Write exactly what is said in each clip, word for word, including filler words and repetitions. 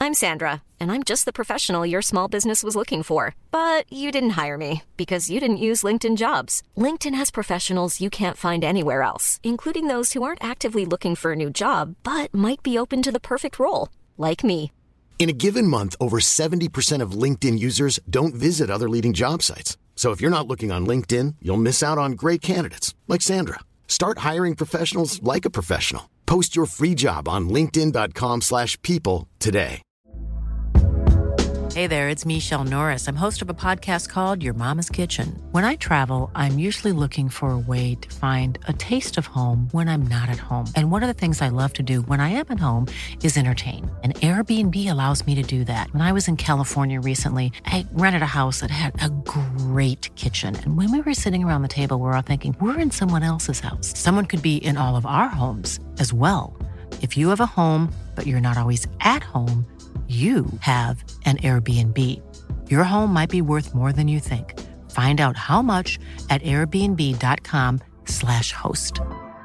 I'm Sandra, and I'm just the professional your small business was looking for. But you didn't hire me because you didn't use LinkedIn Jobs. LinkedIn has professionals you can't find anywhere else, including those who aren't actively looking for a new job, but might be open to the perfect role, like me. In a given month, over seventy percent of LinkedIn users don't visit other leading job sites. So if you're not looking on LinkedIn, you'll miss out on great candidates like Sandra. Start hiring professionals like a professional. Post your free job on linkedin dot com slash people today. Hey there, it's Michelle Norris. I'm host of a podcast called Your Mama's Kitchen. When I travel, I'm usually looking for a way to find a taste of home when I'm not at home. And one of the things I love to do when I am at home is entertain. And Airbnb allows me to do that. When I was in California recently, I rented a house that had a great kitchen. And when we were sitting around the table, we were all thinking, we're in someone else's house. Someone could be in all of our homes as well. If you have a home, but you're not always at home, you have an Airbnb. Your home might be worth more than you think. Find out how much at airbnb dot com slash host.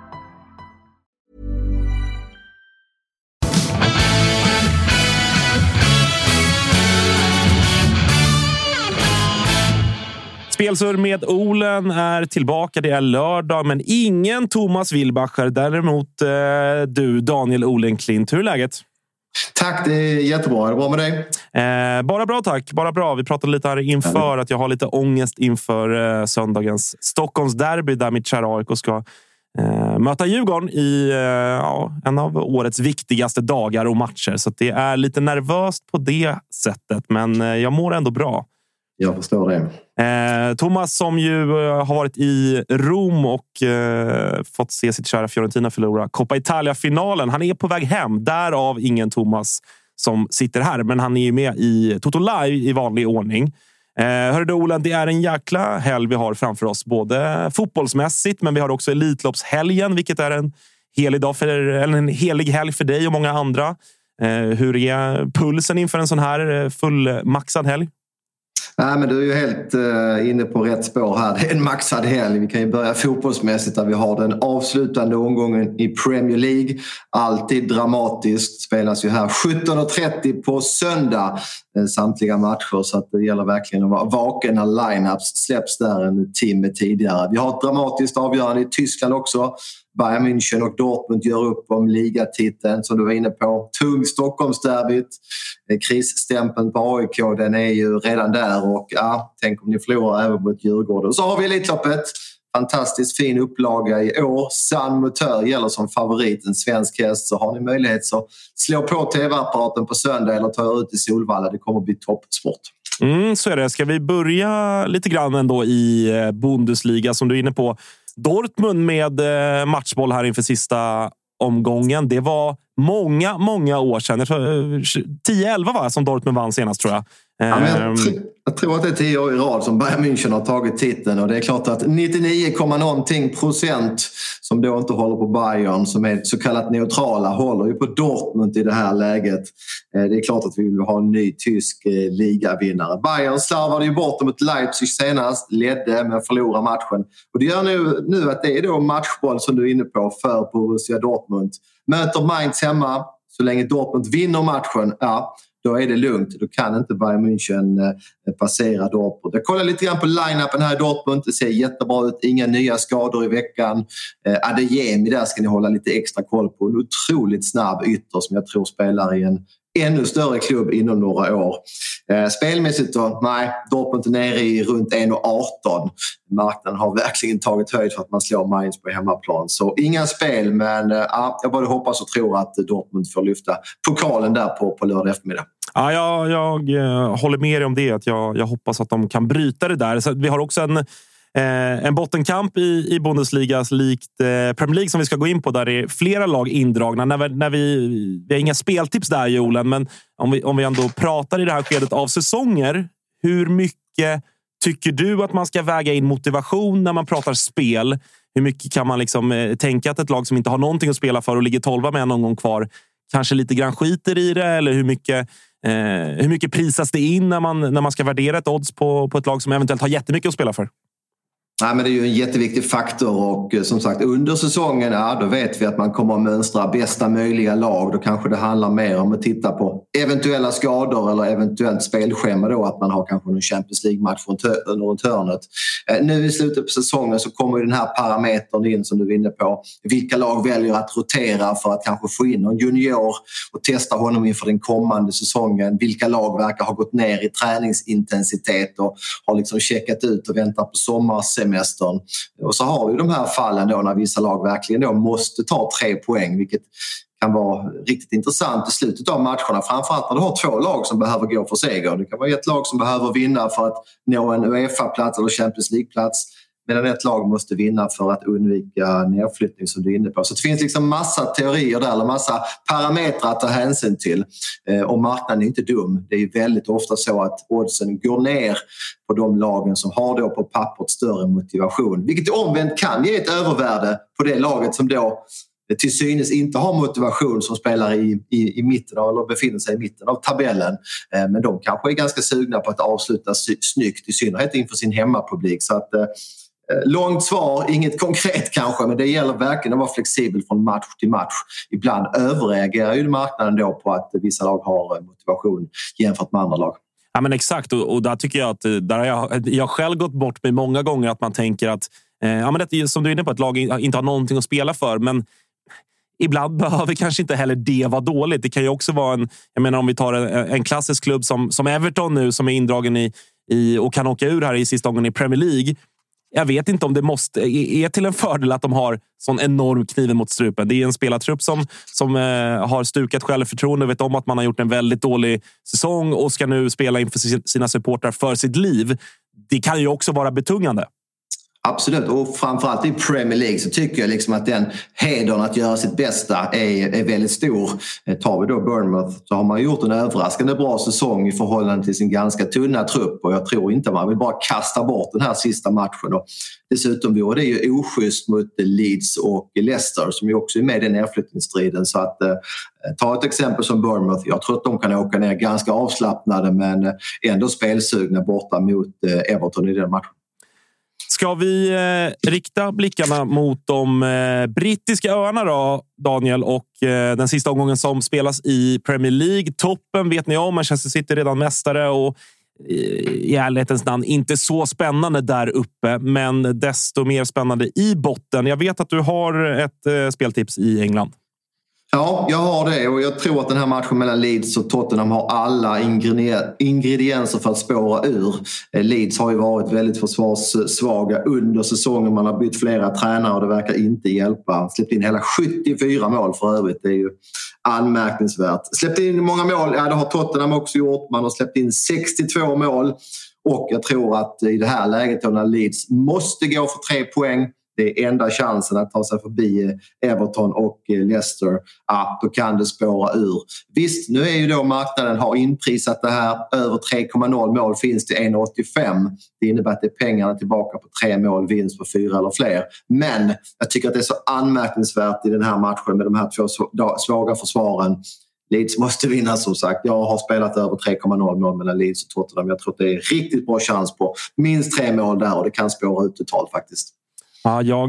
Spelsur med Olen är tillbaka. Det är lördag, men ingen Thomas Wilbacher. Däremot eh, du, Daniel Olenklint. Hur är läget? Tack, det är jättebra. Är det bra med dig? Eh, bara bra, tack. Bara bra. Vi pratade lite här inför att jag har lite ångest inför eh, söndagens Stockholms derby där mitt kära A I K ska eh, möta Djurgården i eh, ja, en av årets viktigaste dagar och matcher. Så att det är lite nervöst på det sättet, men eh, jag mår ändå bra. Jag förstår det. Eh, Thomas som ju eh, har varit i Rom och eh, fått se sitt kära Fiorentina förlora Coppa Italia-finalen. Han är på väg hem, därav ingen Thomas som sitter här. Men han är ju med i Toto Live i vanlig ordning. Eh, hörru du Olen, det är en jäkla helg vi har framför oss. Både fotbollsmässigt, men vi har också Elitloppshelgen, vilket är en helig dag för, eller en helig helg för dig och många andra. Eh, hur är pulsen inför en sån här fullmaxad helg? Nej, men du är ju helt uh, inne på rätt spår här. Det är en maxad helg. Vi kan ju börja fotbollsmässigt där vi har den avslutande omgången i Premier League. Alltid dramatiskt. Spelas ju här sjutton och trettio på söndag. Samtliga matcher, så att det gäller verkligen att vara vaken när lineups släpps där en timme tidigare. Vi har ett dramatiskt avgörande i Tyskland också. Bayern München och Dortmund gör upp om ligatiteln som du var inne på. Tung Stockholmsderbyt. Krisstämpeln på A I K, den är ju redan där och ja, tänk om ni förlorar även mot Djurgården. Och så har vi Elitloppet. Fantastiskt fin upplaga i år. San Motör gäller som favorit, en svensk häst. Så har ni möjlighet så slå på tv-apparaten på söndag eller ta er ut i Solvalla. Det kommer att bli toppsport. Mm, så är det. Ska vi börja lite grann ändå i Bundesliga som du är inne på. Dortmund med matchboll här inför sista omgången. Det var många, många år sedan. Jag tror, tio elva var som Dortmund vann senast, tror jag. Ja, men jag, tr- jag tror att det är tio år i rad som Bayern München har tagit titeln och det är klart att nittionio komma någonting procent som då inte håller på Bayern, som är så kallat neutrala, håller ju på Dortmund i det här läget. Det är klart att vi vill ha en ny tysk ligavinnare. Bayern slarvade ju bort mot Leipzig senast, ledde men förlorade matchen. Och det gör nu, nu att det är då matchboll som du är inne på för Borussia Dortmund. Möter Mainz hemma, så länge Dortmund vinner matchen, ja, då är det lugnt. Då kan inte Bayern München eh, passera Dortmund. Jag kollar lite grann på line-upen här i Dortmund. Det ser jättebra ut. Inga nya skador i veckan. Eh, Adeyemi där ska ni hålla lite extra koll på. En otroligt snabb ytter som jag tror spelar i en ännu större klubb inom några år. Eh, spelmässigt då, nej, Dortmund är nere i runt en komma arton. Marknaden har verkligen tagit höjd för att man slår Mainz på hemmaplan. Så inga spel, men eh, jag bara hoppas och tror att Dortmund får lyfta pokalen där på, på lördag eftermiddag. Ja, jag, jag eh, håller med dig om det. Att jag, jag hoppas att de kan bryta det där. Så vi har också en Eh, en bottenkamp i, i Bundesliga likt eh, Premier League som vi ska gå in på, där det är flera lag indragna. När vi, när vi, vi har inga speltips där, Jolen, men om vi, om vi ändå pratar i det här skedet av säsonger, hur mycket tycker du att man ska väga in motivation när man pratar spel? Hur mycket kan man liksom eh, tänka att ett lag som inte har någonting att spela för och ligger tolva med någon gång kvar kanske lite grann skiter i det? Eller hur mycket, eh, hur mycket prisas det in när man, när man ska värdera ett odds på, på ett lag som eventuellt har jättemycket att spela för? Nej, men det är ju en jätteviktig faktor och som sagt under säsongen, ja, då vet vi att man kommer att mönstra bästa möjliga lag. Då kanske det handlar mer om att titta på eventuella skador eller eventuellt spelschema då, att man har kanske en Champions League-match runt hörnet. Nu i slutet på säsongen så kommer ju den här parametern in som du var inne på. Vilka lag väljer att rotera för att kanske få in en junior och testa honom inför den kommande säsongen? Vilka lag verkar ha gått ner i träningsintensitet och har liksom checkat ut och väntar på sommarsemestern? Och så har vi de här fallen då när vissa lag verkligen då måste ta tre poäng, vilket kan vara riktigt intressant i slutet av matcherna. Framförallt när du har två lag som behöver gå för seger. Det kan vara ett lag som behöver vinna för att nå en UEFA-plats eller Champions League-plats, medan ett lag måste vinna för att undvika nedflyttning som du är inne på. Så det finns liksom massa teorier där, eller massa parametrar att ta hänsyn till. Och marknaden är inte dum. Det är väldigt ofta så att oddsen går ner på de lagen som har då på pappret större motivation. Vilket omvänt kan ge ett övervärde på det laget som då till synes inte har motivation, som spelar i, i, i mitten av, eller befinner sig i mitten av tabellen. Men de kanske är ganska sugna på att avsluta snyggt, i synnerhet inför sin hemmapublik. Så att långt svar, inget konkret kanske, men det gäller verkligen att vara flexibel från match till match. Ibland överreagerar ju marknaden då på att vissa lag har motivation jämfört med andra lag. Ja, men exakt, och, och där tycker jag att där har jag, jag har själv gått bort mig många gånger att man tänker att eh, ja, men det är som du är inne på, att lag inte har någonting att spela för, men ibland behöver kanske inte heller det vara dåligt. Det kan ju också vara en, jag menar om vi tar en, en klassisk klubb som, som Everton nu, som är indragen i, i och kan åka ur här i sista gången i Premier League. Jag vet inte om det måste är till en fördel att de har sån enorm kniven mot strupen. Det är en spelartrupp som, som eh, har stukat självförtroende, vet om att man har gjort en väldigt dålig säsong och ska nu spela inför sina supportrar för sitt liv. Det kan ju också vara betungande. Absolut, och framförallt i Premier League så tycker jag liksom att den hedern att göra sitt bästa är, är väldigt stor. Tar vi då Bournemouth så har man gjort en överraskande bra säsong i förhållande till sin ganska tunna trupp, och jag tror inte man vill bara kasta bort den här sista matchen. Och dessutom vore det ju oschysst mot Leeds och Leicester som ju också är med i den nedflyttningsstriden. Så att eh, ta ett exempel som Bournemouth, jag tror att de kan åka ner ganska avslappnade men ändå spelsugna borta mot eh, Everton i den matchen. Ska vi eh, rikta blickarna mot de eh, brittiska öarna då, Daniel, och eh, den sista omgången som spelas i Premier League. Toppen vet ni om, Manchester City är redan mästare och eh, i ärlighetens namn inte så spännande där uppe, men desto mer spännande i botten. Jag vet att du har ett eh, speltips i England. Ja, jag har det, och jag tror att den här matchen mellan Leeds och Tottenham har alla ingredienser för att spåra ur. Leeds har ju varit väldigt försvarssvaga under säsongen. Man har bytt flera tränare och det verkar inte hjälpa. Släppt in hela sjuttiofyra mål för övrigt. Det är ju anmärkningsvärt. Släppt in många mål, ja det har Tottenham också gjort. Man har släppt in sextiotvå mål. Och jag tror att i det här läget när Leeds måste gå för tre poäng, det är enda chansen att ta sig förbi Everton och Leicester, ja, då kan det spåra ur. Visst, nu är ju då marknaden har inprisat det här. Över tre komma noll mål finns det en komma åttiofem. Det innebär att det är pengarna tillbaka på tre mål, vinst på fyra eller fler. Men jag tycker att det är så anmärkningsvärt i den här matchen med de här två svaga försvaren. Leeds måste vinna som sagt. Jag har spelat över tre komma noll mål mellan Leeds och Tottenham. Jag tror att det är riktigt bra chans på minst tre mål där, och det kan spåra ut totalt faktiskt. Ja, jag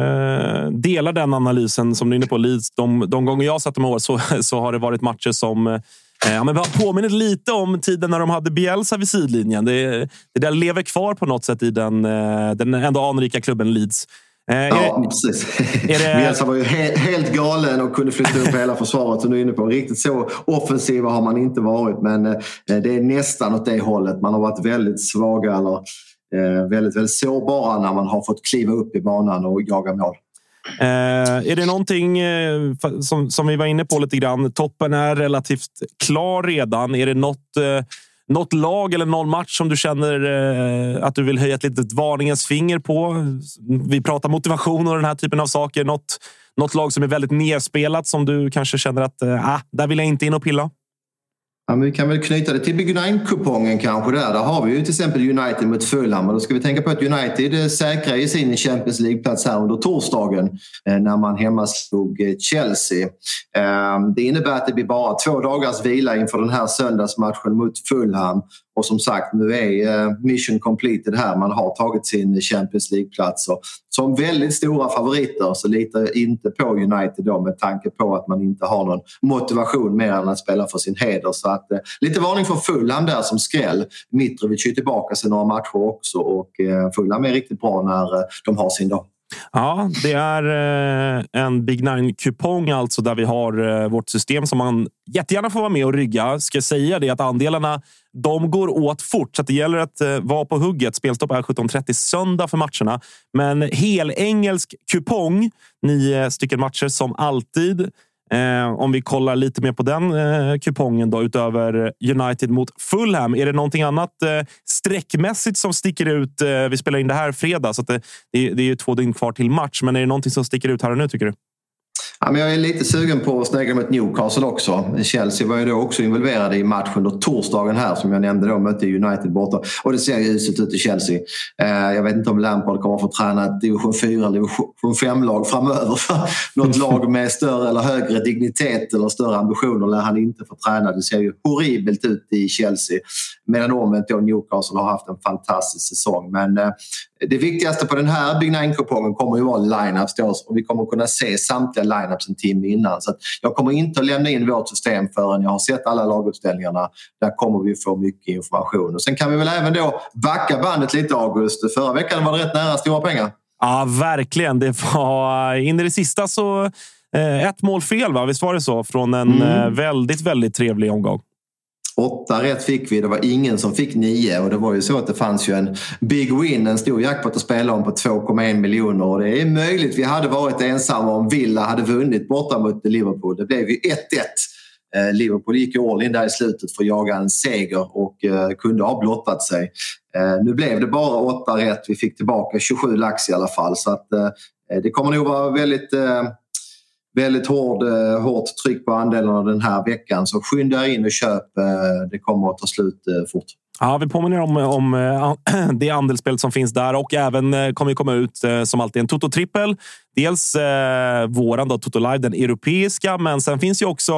eh, delar den analysen som du är inne på. Leeds, de, de gånger jag satt med år så, så har det varit matcher som eh, ja, men påminner lite om tiden när de hade Bielsa vid sidlinjen. Det, det där lever kvar på något sätt i den, eh, den ändå anrika klubben Leeds. Eh, ja, det, precis. Det... Bielsa var ju he- helt galen och kunde flytta upp hela försvaret som du är inne på. Riktigt så offensiva har man inte varit, men eh, det är nästan åt det hållet. Man har varit väldigt svaga eller Eh, väldigt, väldigt sårbara när man har fått kliva upp i banan och jaga mål. Eh, är det någonting eh, som, som vi var inne på lite grann? Toppen är relativt klar redan. Är det något, eh, något lag eller någon match som du känner eh, att du vill höja ett litet varningens finger på? Vi pratar motivation och den här typen av saker. Något, något lag som är väldigt nerspelat som du kanske känner att eh, ah, där vill jag inte in och pilla? Ja, men vi kan väl knyta det till Big Nine-kupongen kanske där. Där har vi ju till exempel United mot Fulham. Och då ska vi tänka på att United säkrar i sin Champions League-plats här under torsdagen när man hemma slog Chelsea. Det innebär att det blir bara två dagars vila inför den här söndagsmatchen mot Fulham. Och som sagt, nu är mission completed här. Man har tagit sin Champions League-plats. Och som väldigt stora favoriter så litar inte på United då, med tanke på att man inte har någon motivation mer än att spela för sin heder. Så att, eh, lite varning för Fulham där som skräll. Mitrovic är tillbaka sig några matcher också och eh, Fulham är riktigt bra när eh, de har sin dag. Ja, det är eh, en Big Nine-kupong alltså, där vi har eh, vårt system som man jättegärna får vara med och rygga. Ska jag säga det att andelarna, de går åt fort, så att det gäller att eh, vara på hugget. Spelstopp är sjutton trettio söndag för matcherna. Men hel engelsk kupong, nio stycken matcher som alltid. Eh, om vi kollar lite mer på den eh, kupongen då, utöver United mot Fulham. Är det någonting annat eh, streckmässigt som sticker ut? Eh, vi spelar in det här fredag, så att det, det, det är ju två dygn kvar till match. Men är det någonting som sticker ut här och nu, tycker du? Ja, men jag är lite sugen på att snägga mot Newcastle också. Chelsea var ju då också involverade i matchen då torsdagen här som jag nämnde då, mötte United borta. Och det ser ju uselt ut i Chelsea. Eh, jag vet inte om Lampard kommer att få träna ett division fyra eller division fem-lag framöver. Något lag med större eller högre dignitet eller större ambitioner lär han inte få träna. Det ser ju horribelt ut i Chelsea. Medan omvänt då Newcastle har haft en fantastisk säsong. Men eh, det viktigaste på den här Big Nine-kupongen kommer ju vara line-ups då, och vi kommer kunna se samtliga line-ups en timme innan. Så att jag kommer inte att lämna in vårt system förrän jag har sett alla laguppställningarna. Där kommer vi få mycket information. Och sen kan vi väl även då backa bandet lite, August. Förra veckan var det rätt nära stora pengar. Ja, verkligen. Det var in i det sista så eh, ett mål fel, va? Visst var det så? Från en mm. eh, väldigt, väldigt trevlig omgång. Åtta rätt fick vi, det var ingen som fick nio och det var ju så att det fanns ju en big win, en stor jackpot att spela om på två komma en miljoner och det är möjligt vi hade varit ensamma om Villa hade vunnit borta mot Liverpool. Det blev ju ett ett. Liverpool gick ju all in där i slutet för att jaga en seger och kunde ha blottat sig. Nu blev det bara åtta rätt, vi fick tillbaka tjugosju lax i alla fall, så att det kommer nog vara väldigt... Väldigt hård, hårt tryck på andelarna den här veckan. Så skynda in och köp. Det kommer att ta slut fort. Ja, vi påminner om, om det andelsspel som finns där. Och även kommer komma ut som alltid en Toto-trippel. Dels eh, våran då, Toto Live, den europeiska. Men sen finns ju också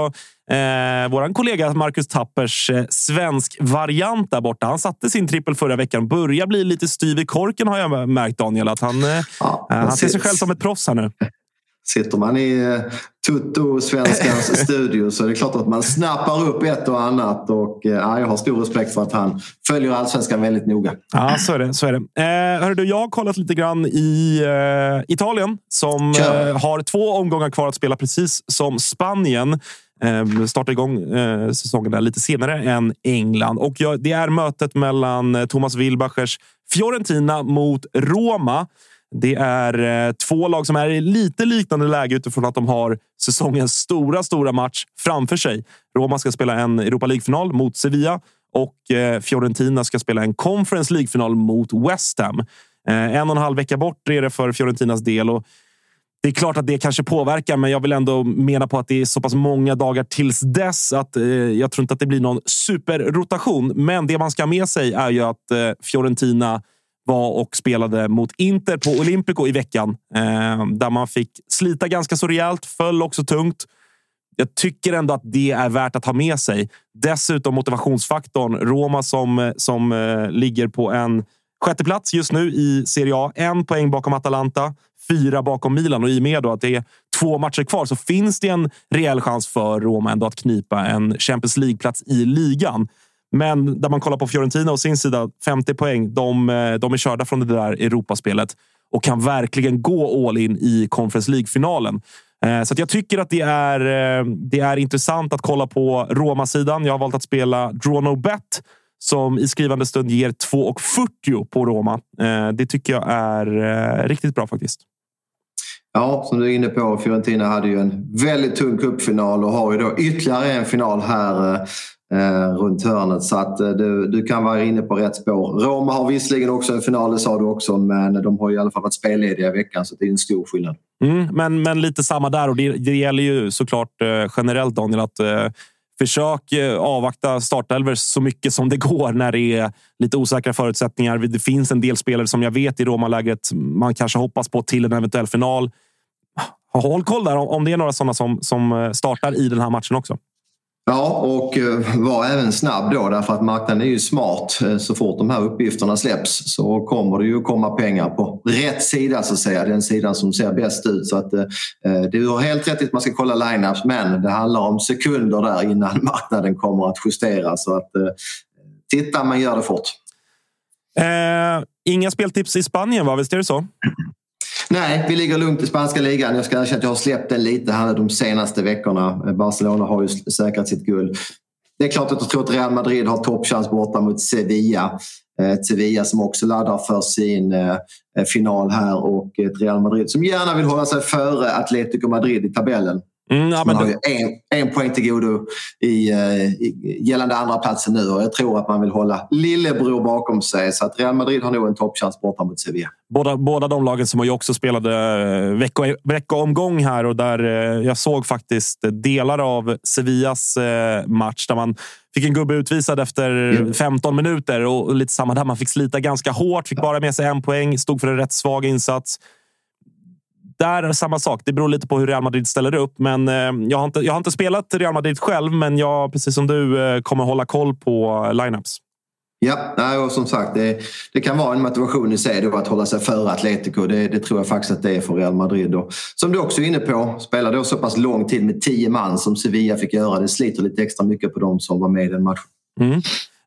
eh, våran kollega Marcus Tappers eh, svensk variant där borta. Han satte sin trippel förra veckan. Börjar bli lite styv i korken, har jag märkt, Daniel. Att han, eh, ja, han ser sig själv som ett proffs här nu. Sitter man i Tutto svenskans studio så är det klart att man snappar upp ett och annat och ja, jag har stor respekt för att han följer allsvenskan väldigt noga. Ja, så är det. Så är det. Eh, hörru du, jag har kollat lite grann i eh, Italien som eh, har två omgångar kvar att spela, precis som Spanien. Eh, startar igång eh, säsongen där lite senare än England. Och jag, det är mötet mellan Thomas Wilbachers Fiorentina mot Roma. Det är eh, två lag som är i lite liknande läge utifrån att de har säsongens stora, stora match framför sig. Roma ska spela en Europa League-final mot Sevilla och eh, Fiorentina ska spela en Conference League-final mot West Ham. Eh, en och en halv vecka bort är det för Fiorentinas del och det är klart att det kanske påverkar, men jag vill ändå mena på att det är så pass många dagar tills dess att eh, jag tror inte att det blir någon superrotation. Men det man ska ha med sig är ju att eh, Fiorentina var och spelade mot Inter på Olympico i veckan. Eh, där man fick slita ganska så rejält. Föll också tungt. Jag tycker ändå att det är värt att ha med sig. Dessutom motivationsfaktorn. Roma som, som eh, ligger på en sjätte plats just nu i Serie A. En poäng bakom Atalanta. Fyra bakom Milan. Och i och med då att det är två matcher kvar så finns det en rejäl chans för Roma ändå att knipa en Champions League-plats i ligan. Men där man kollar på Fiorentina och sin sida, femtio poäng, de, de är körda från det där Europaspelet och kan verkligen gå all in i Conference League-finalen. Så att jag tycker att det är, det är intressant att kolla på Roma-sidan. Jag har valt att spela Draw No Bet som i skrivande stund ger två komma fyrtio på Roma. Det tycker jag är riktigt bra faktiskt. Ja, som du är inne på, Fiorentina hade ju en väldigt tung cupfinal och har ju då ytterligare en final här Eh, runt hörnet, så att eh, du, du kan vara inne på rätt spår. Roma har visserligen också en final, det sa du också, men de har i alla fall varit spellediga i veckan, så det är en stor skillnad. Mm, men, men lite samma där, och det, det gäller ju såklart eh, generellt, Daniel, att eh, försök eh, avvakta startelver så mycket som det går när det är lite osäkra förutsättningar. Det finns en del spelare som jag vet i Roma-läget man kanske hoppas på till en eventuell final. Håll koll där om, om det är några sådana som, som startar i den här matchen också. Ja, och var även snabb då, därför att marknaden är ju smart. Så fort de här uppgifterna släpps så kommer det ju komma pengar på rätt sida, så att säga, den sidan som ser bäst ut. Så att eh, du har helt rätt att man ska kolla lineups, men det handlar om sekunder där innan marknaden kommer att justera. Så att eh, titta, man gör det fort. Eh, inga speltips i Spanien, va? Visst är det så? Nej, vi ligger lugnt i spanska ligan. Jag ska erkänna att jag har släppt den lite här de senaste veckorna. Barcelona har ju säkrat sitt guld. Det är klart att jag tror att Real Madrid har toppchans borta mot Sevilla. Ett Sevilla som också laddar för sin eh, final här, och ett Real Madrid som gärna vill hålla sig före Atletico Madrid i tabellen. Mm, ja, man har ju en, en poäng till godo i, i gällande andra platsen nu, och jag tror att man vill hålla lillebror bakom sig, så att Real Madrid har nog en toppchans borta mot Sevilla. Båda, båda de lagen som har ju också spelade vecko, veckoomgång här, och där jag såg faktiskt delar av Sevillas match där man fick en gubbe utvisad efter femton minuter, och lite samma där, man fick slita ganska hårt, fick bara med sig en poäng, stod för en rätt svag insats. Där är samma sak. Det beror lite på hur Real Madrid ställer upp. Men eh, jag, har inte, jag har inte spelat Real Madrid själv, men jag, precis som du, eh, kommer hålla koll på lineups. Ja, och som sagt, det, det kan vara en motivation i sig då att hålla sig före Atletico. Det, det tror jag faktiskt att det är för Real Madrid då. Som du också är inne på, spelar då så pass lång tid med tio man som Sevilla fick göra. Det sliter lite extra mycket på dem som var med i den matchen. Mm.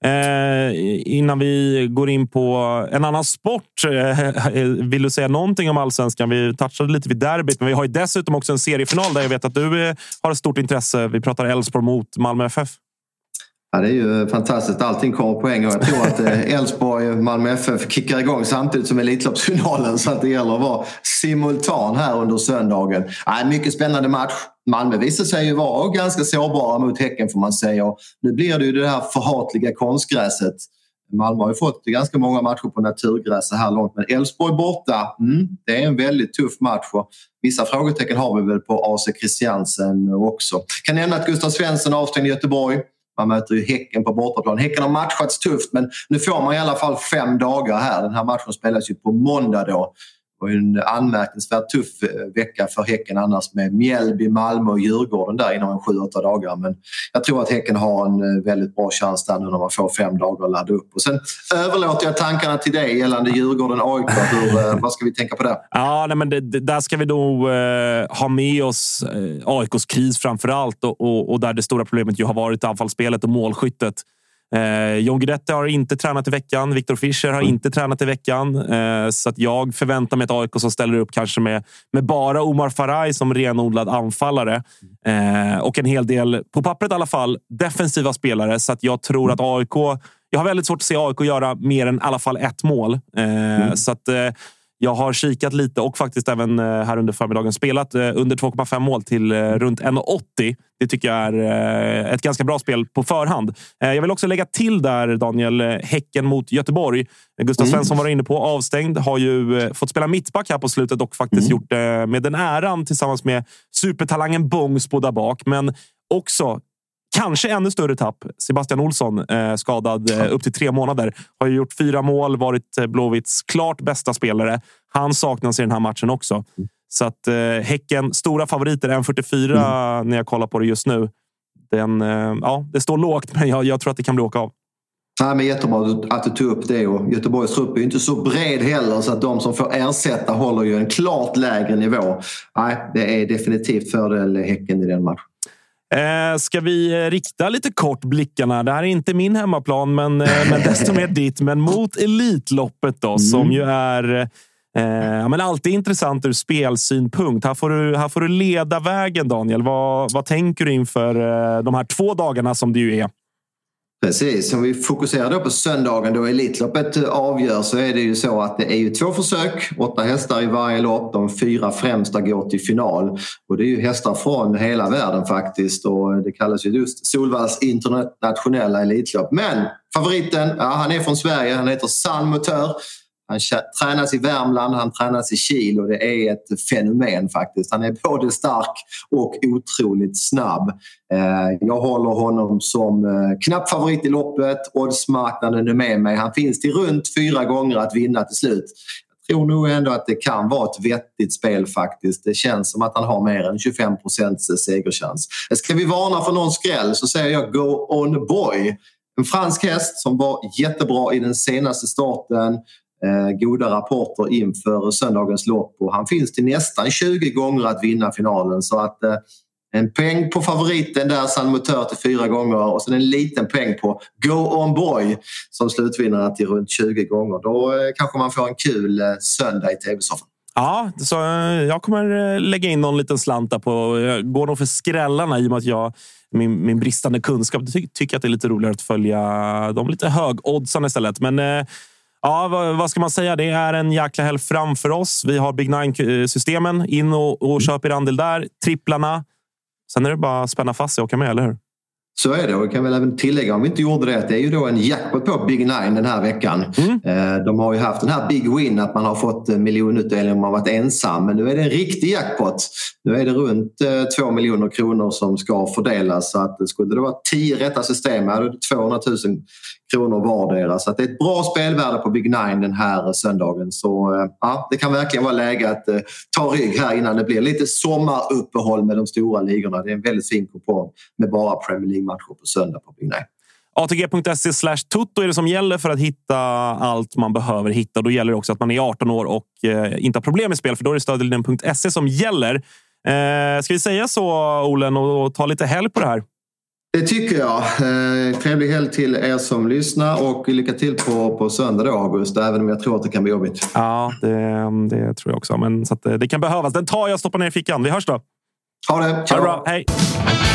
Eh, innan vi går in på en annan sport, eh, vill du säga någonting om Allsvenskan? Vi touchade lite vid derbyt, men vi har ju dessutom också en seriefinal där jag vet att du eh, har ett stort intresse. Vi pratar Elfsborg mot Malmö F F. Ja, det är ju fantastiskt. Allting kommer poäng, och jag tror att Elfsborg och Malmö F F kickar igång samtidigt som Elitloppsfinalen, så att det gäller att vara simultan här under söndagen. Ja, en mycket spännande match. Malmö visar sig ju vara ganska sårbara mot Häcken, får man säga. Och nu blir det ju det här förhatliga konstgräset. Malmö har ju fått ganska många matcher på naturgräs så här långt, men Elfsborg borta, mm, det är en väldigt tuff match. Och vissa frågetecken har vi väl på A C Christiansen också. Kan nämna att Gustav Svensson avstängd i Göteborg. Man möter ju Häcken på bortaplan. Häcken har matchats tufft, men nu får man i alla fall fem dagar här. Den här matchen spelas ju på måndag då. Och en anmärkningsvärt tuff vecka för Häcken annars, med Mjällby, Malmö och Djurgården där inom en sju åtta dagar. Men jag tror att Häcken har en väldigt bra chans där nu när man får fem dagar att ladda upp. Och sen överlåter jag tankarna till dig gällande Djurgården A I K. Hur, vad ska vi tänka på det? Ja, nej, men det, det, där ska vi nog eh, ha med oss eh, A I K:s kris framför allt, och, och, och där det stora problemet ju har varit anfallsspelet och målskyttet. Eh, John Guidetti har inte tränat i veckan. Viktor Fischer har inte tränat i veckan. Eh, så att jag förväntar mig att A I K som ställer upp kanske med, med bara Omar Faraj som renodlad anfallare. Eh, och en hel del, på pappret i alla fall, defensiva spelare. Så att jag tror att A I K... Jag har väldigt svårt att se A I K göra mer än i alla fall ett mål. Eh, mm. Så att... Eh, Jag har kikat lite och faktiskt även här under förmiddagen spelat under två komma fem mål till runt en komma åttio. Det tycker jag är ett ganska bra spel på förhand. Jag vill också lägga till där, Daniel, Häcken mot Göteborg. Gustav Svensson var inne på, avstängd. Har ju fått spela mittback här på slutet och faktiskt mm. gjort det med den äran tillsammans med supertalangen Bångsbo där bak. Men också... kanske ännu större tapp. Sebastian Olsson, eh, skadad eh, upp till tre månader. Har ju gjort fyra mål, varit eh, Blåvitts klart bästa spelare. Han saknas i den här matchen också. Mm. Så att eh, Häcken, stora favoriter, en komma fyrtiofyra mm. när jag kollar på det just nu. Den, eh, ja, det står lågt, men jag, jag tror att det kan bli åka av. Ja, men jättebra att du tog upp det, och Göteborgs trupp är ju inte så bred heller, så att de som får ersätta håller ju en klart lägre nivå. Nej, det är definitivt fördel Häcken i den matchen. Eh, ska vi rikta lite kort blickarna? Det här är inte min hemmaplan, men, eh, men desto mer ditt. Men mot Elitloppet då, mm. som ju är eh, men alltid intressant ur spelsynpunkt. Här får du, här får du leda vägen, Daniel. Vad, vad tänker du inför eh, de här två dagarna som det ju är? Precis, om vi fokuserar då på söndagen då Elitloppet avgör, så är det ju så att det är ju två försök, åtta hästar i varje lopp, de fyra främsta går till final, och det är ju hästar från hela världen faktiskt, och det kallas ju just Solvalls internationella Elitlopp. Men favoriten, ja, han är från Sverige, han heter San Motör. Han tränas i Värmland, han tränas i Kil, och det är ett fenomen faktiskt. Han är både stark och otroligt snabb. Jag håller honom som knapp favorit i loppet. Oddsmarknaden är med mig. Han finns till runt fyra gånger att vinna till slut. tror nog ändå att det kan vara ett vettigt spel faktiskt. Det känns som att han har mer än tjugofem procent segerchans. Ska vi varna för någon skräll så säger jag Go On Boy. En fransk häst som var jättebra i den senaste starten. Eh, goda rapporter inför söndagens lopp och han finns till nästan tjugo gånger att vinna finalen, så att eh, en peng på favoriten där, San Motör till fyra gånger och sen en liten peng på Go On Boy som slutvinnare till runt tjugo gånger. Då eh, kanske man får en kul eh, söndag i tv-soffan. Ja, så jag kommer lägga in någon liten slant där på. Jag går nog för skrällarna i och med att jag min, min bristande kunskap ty, tycker att det är lite roligare att följa de lite högoddsarna istället. Men eh, ja, vad, vad ska man säga? Det är en jäkla helg framför oss. Vi har Big Nine-systemen. In och, och köp i andel där. Tripplarna. Sen är det bara att spänna fast sig och åka med, eller hur? Så är det, och jag kan väl även tillägga om vi inte gjorde det att det är ju då en jackpot på Big Nine den här veckan. Mm. De har ju haft den här Big Win att man har fått miljonutdelning om man har varit ensam, men nu är det en riktig jackpot. Nu är det runt två miljoner kronor som ska fördelas, så att det skulle det vara tio rätta system är det tvåhundratusen kronor vardera, så att det är ett bra spelvärde på Big Nine den här söndagen. Så ja, det kan verkligen vara läge att ta rygg här innan det blir lite sommaruppehåll med de stora ligorna. Det är en väldigt fin kupong med bara Premier League matcher på söndag på Big Nine. A T G punkt se slash tutto är det som gäller för att hitta allt man behöver hitta. Då gäller det också att man är arton år och eh, inte har problem med spel, för då är det stödlinjen punkt se som gäller. Eh, ska vi säga så, Olen, och, och ta lite helg på det här? Det tycker jag. Eh, trevlig helg till er som lyssnar och lycka till på, på söndag då, August, även om jag tror att det kan bli jobbigt. Ja, det, det tror jag också. Men så att det, det kan behövas. Den tar jag och stoppar ner i fickan. Vi hörs då. Ha det. Ha det bra. Hej.